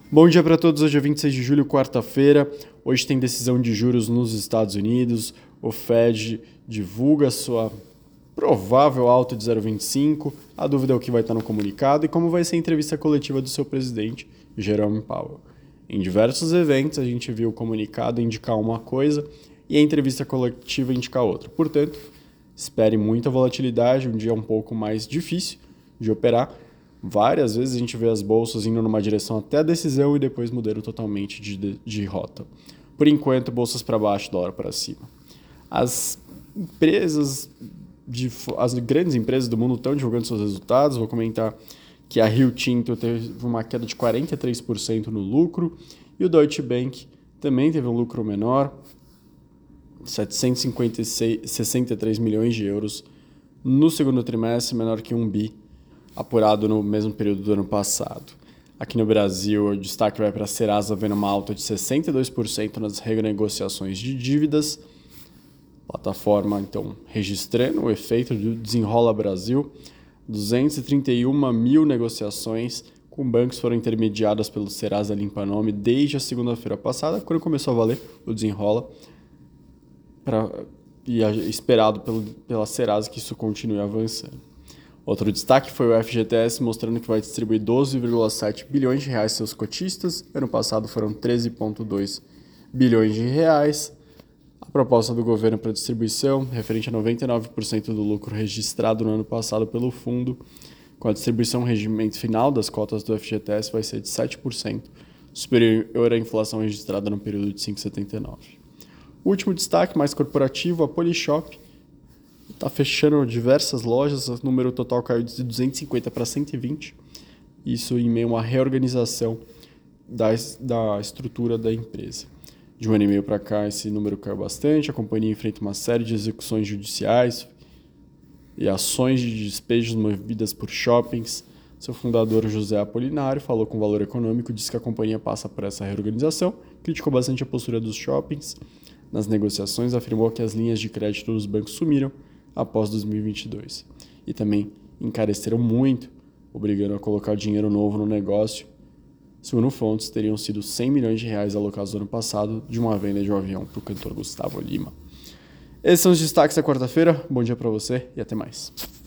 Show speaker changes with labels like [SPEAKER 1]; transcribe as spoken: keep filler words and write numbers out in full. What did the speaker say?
[SPEAKER 1] Bom dia para todos, hoje é vinte e seis de julho, quarta-feira. Hoje tem decisão de juros nos Estados Unidos. O Fed divulga sua provável alta de zero vírgula vinte e cinco. A dúvida é o que vai estar no comunicado e como vai ser a entrevista coletiva do seu presidente, Jerome Powell. Em diversos eventos a gente viu o comunicado indicar uma coisa e a entrevista coletiva indicar outra. Portanto, espere muita volatilidade, um dia um pouco mais difícil de operar. Várias vezes a gente vê as bolsas indo numa direção até a decisão e depois mudando totalmente de, de, de rota. Por enquanto, bolsas para baixo, dólar para cima. As empresas, de, as grandes empresas do mundo estão divulgando seus resultados. Vou comentar que a Rio Tinto teve uma queda de quarenta e três por cento no lucro e o Deutsche Bank também teve um lucro menor, setecentos e sessenta e três milhões de euros no segundo trimestre, menor que um bi apurado no mesmo período do ano passado. Aqui no Brasil, o destaque vai para a Serasa, vendo uma alta de sessenta e dois por cento nas renegociações de dívidas. Plataforma, então, registrando o efeito do Desenrola Brasil. duzentas e trinta e uma mil negociações com bancos foram intermediadas pelo Serasa Limpa Nome desde a segunda-feira passada, quando começou a valer o Desenrola, pra, e é esperado pelo, pela Serasa que isso continue avançando. Outro destaque foi o F G T S mostrando que vai distribuir doze vírgula sete bilhões de reais seus cotistas. Ano passado foram treze vírgula dois bilhões de reais. A proposta do governo para distribuição, referente a noventa e nove por cento do lucro registrado no ano passado pelo fundo, com a distribuição regimento final das cotas do F G T S vai ser de sete por cento, superior à inflação registrada no período de cinco vírgula setenta e nove por cento. O último destaque, mais corporativo, a Polishop, está fechando diversas lojas, o número total caiu de duzentos e cinquenta para cento e vinte, isso em meio a uma reorganização da, da estrutura da empresa. De um ano e meio para cá, esse número caiu bastante, a companhia enfrenta uma série de execuções judiciais e ações de despejos movidas por shoppings. Seu fundador, José Apolinário, falou com Valor Econômico, disse que a companhia passa por essa reorganização, criticou bastante a postura dos shoppings nas negociações, afirmou que as linhas de crédito dos bancos sumiram após dois mil e vinte e dois. E também encareceram muito, obrigando a colocar dinheiro novo no negócio. Segundo fontes, teriam sido cem milhões de reais alocados no ano passado de uma venda de um avião para o cantor Gustavo Lima. Esses são os destaques da quarta-feira. Bom dia para você e até mais.